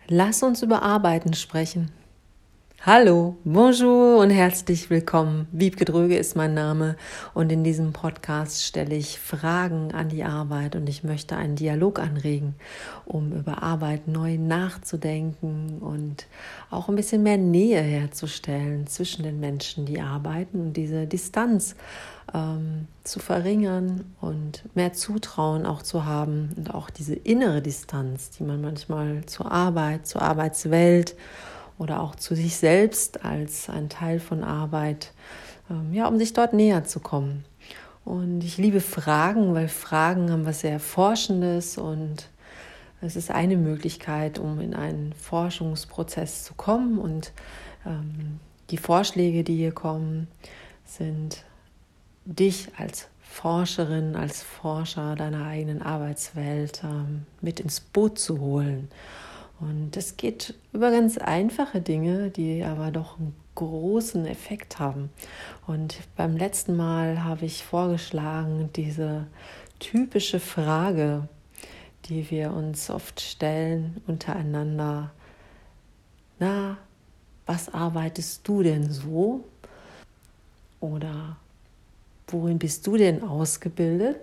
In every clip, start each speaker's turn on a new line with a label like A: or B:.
A: Lass uns über Arbeiten sprechen. Hallo, bonjour und herzlich willkommen. Wiebke Dröge ist mein Name und in diesem Podcast stelle ich Fragen an die Arbeit und ich möchte einen Dialog anregen, um über Arbeit neu nachzudenken und auch ein bisschen mehr Nähe herzustellen zwischen den Menschen, die arbeiten und diese Distanz zu verringern und mehr Zutrauen auch zu haben und auch diese innere Distanz, die man manchmal zur Arbeit, zur Arbeitswelt oder auch zu sich selbst als ein Teil von Arbeit, um sich dort näher zu kommen. Und ich liebe Fragen, weil Fragen haben was sehr Forschendes und es ist eine Möglichkeit, um in einen Forschungsprozess zu kommen. Und die Vorschläge, die hier kommen, sind dich als Forscherin, als Forscher deiner eigenen Arbeitswelt mit ins Boot zu holen. Und es geht über ganz einfache Dinge, die aber doch einen großen Effekt haben. Und beim letzten Mal habe ich vorgeschlagen, diese typische Frage, die wir uns oft stellen untereinander: Na, was arbeitest du denn so? Oder worin bist du denn ausgebildet?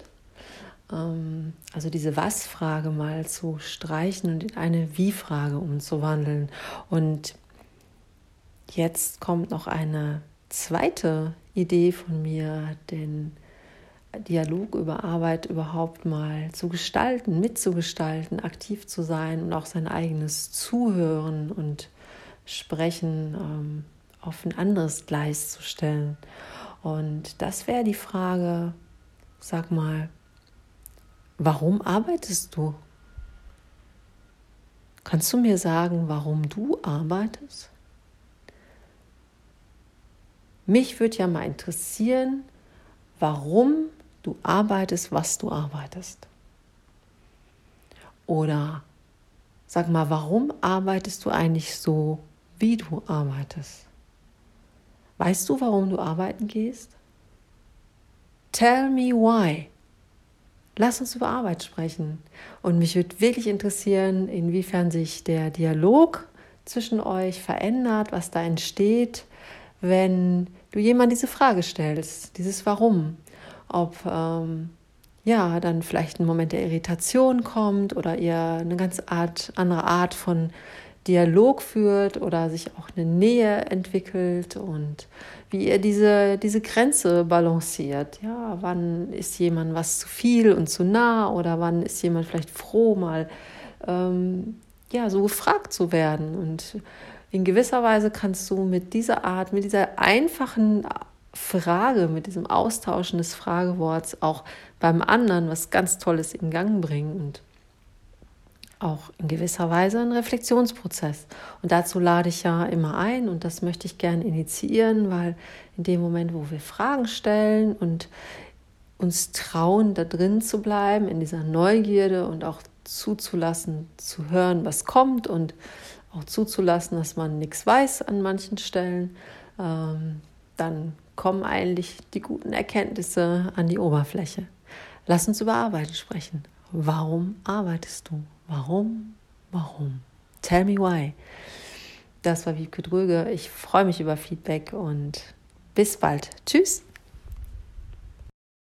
A: Also diese Was-Frage mal zu streichen und in eine Wie-Frage umzuwandeln. Und jetzt kommt noch eine zweite Idee von mir, den Dialog über Arbeit überhaupt mal zu gestalten, mitzugestalten, aktiv zu sein und auch sein eigenes Zuhören und Sprechen auf ein anderes Gleis zu stellen. Und das wäre die Frage, sag mal, warum arbeitest du? Kannst du mir sagen, warum du arbeitest? Mich würde ja mal interessieren, warum du arbeitest, was du arbeitest. Oder sag mal, warum arbeitest du eigentlich so, wie du arbeitest? Weißt du, warum du arbeiten gehst? Tell me why. Lass uns über Arbeit sprechen. Und mich würde wirklich interessieren, inwiefern sich der Dialog zwischen euch verändert, was da entsteht, wenn du jemand diese Frage stellst, dieses Warum. Ob dann vielleicht ein Moment der Irritation kommt oder ihr eine ganz andere Art von Dialog führt oder sich auch eine Nähe entwickelt und wie ihr diese Grenze balanciert. Ja, wann ist jemand was zu viel und zu nah oder wann ist jemand vielleicht froh, mal so gefragt zu werden. Und in gewisser Weise kannst du mit dieser Art, mit dieser einfachen Frage, mit diesem Austauschen des Frageworts auch beim anderen was ganz Tolles in Gang bringen und auch in gewisser Weise ein Reflexionsprozess. Und dazu lade ich ja immer ein und das möchte ich gerne initiieren, weil in dem Moment, wo wir Fragen stellen und uns trauen, da drin zu bleiben, in dieser Neugierde und auch zuzulassen, zu hören, was kommt und auch zuzulassen, dass man nichts weiß an manchen Stellen, dann kommen eigentlich die guten Erkenntnisse an die Oberfläche. Lass uns über Arbeiten sprechen. Warum arbeitest du? Warum? Tell me why. Das war Wiebke Dröge. Ich freue mich über Feedback und bis bald. Tschüss.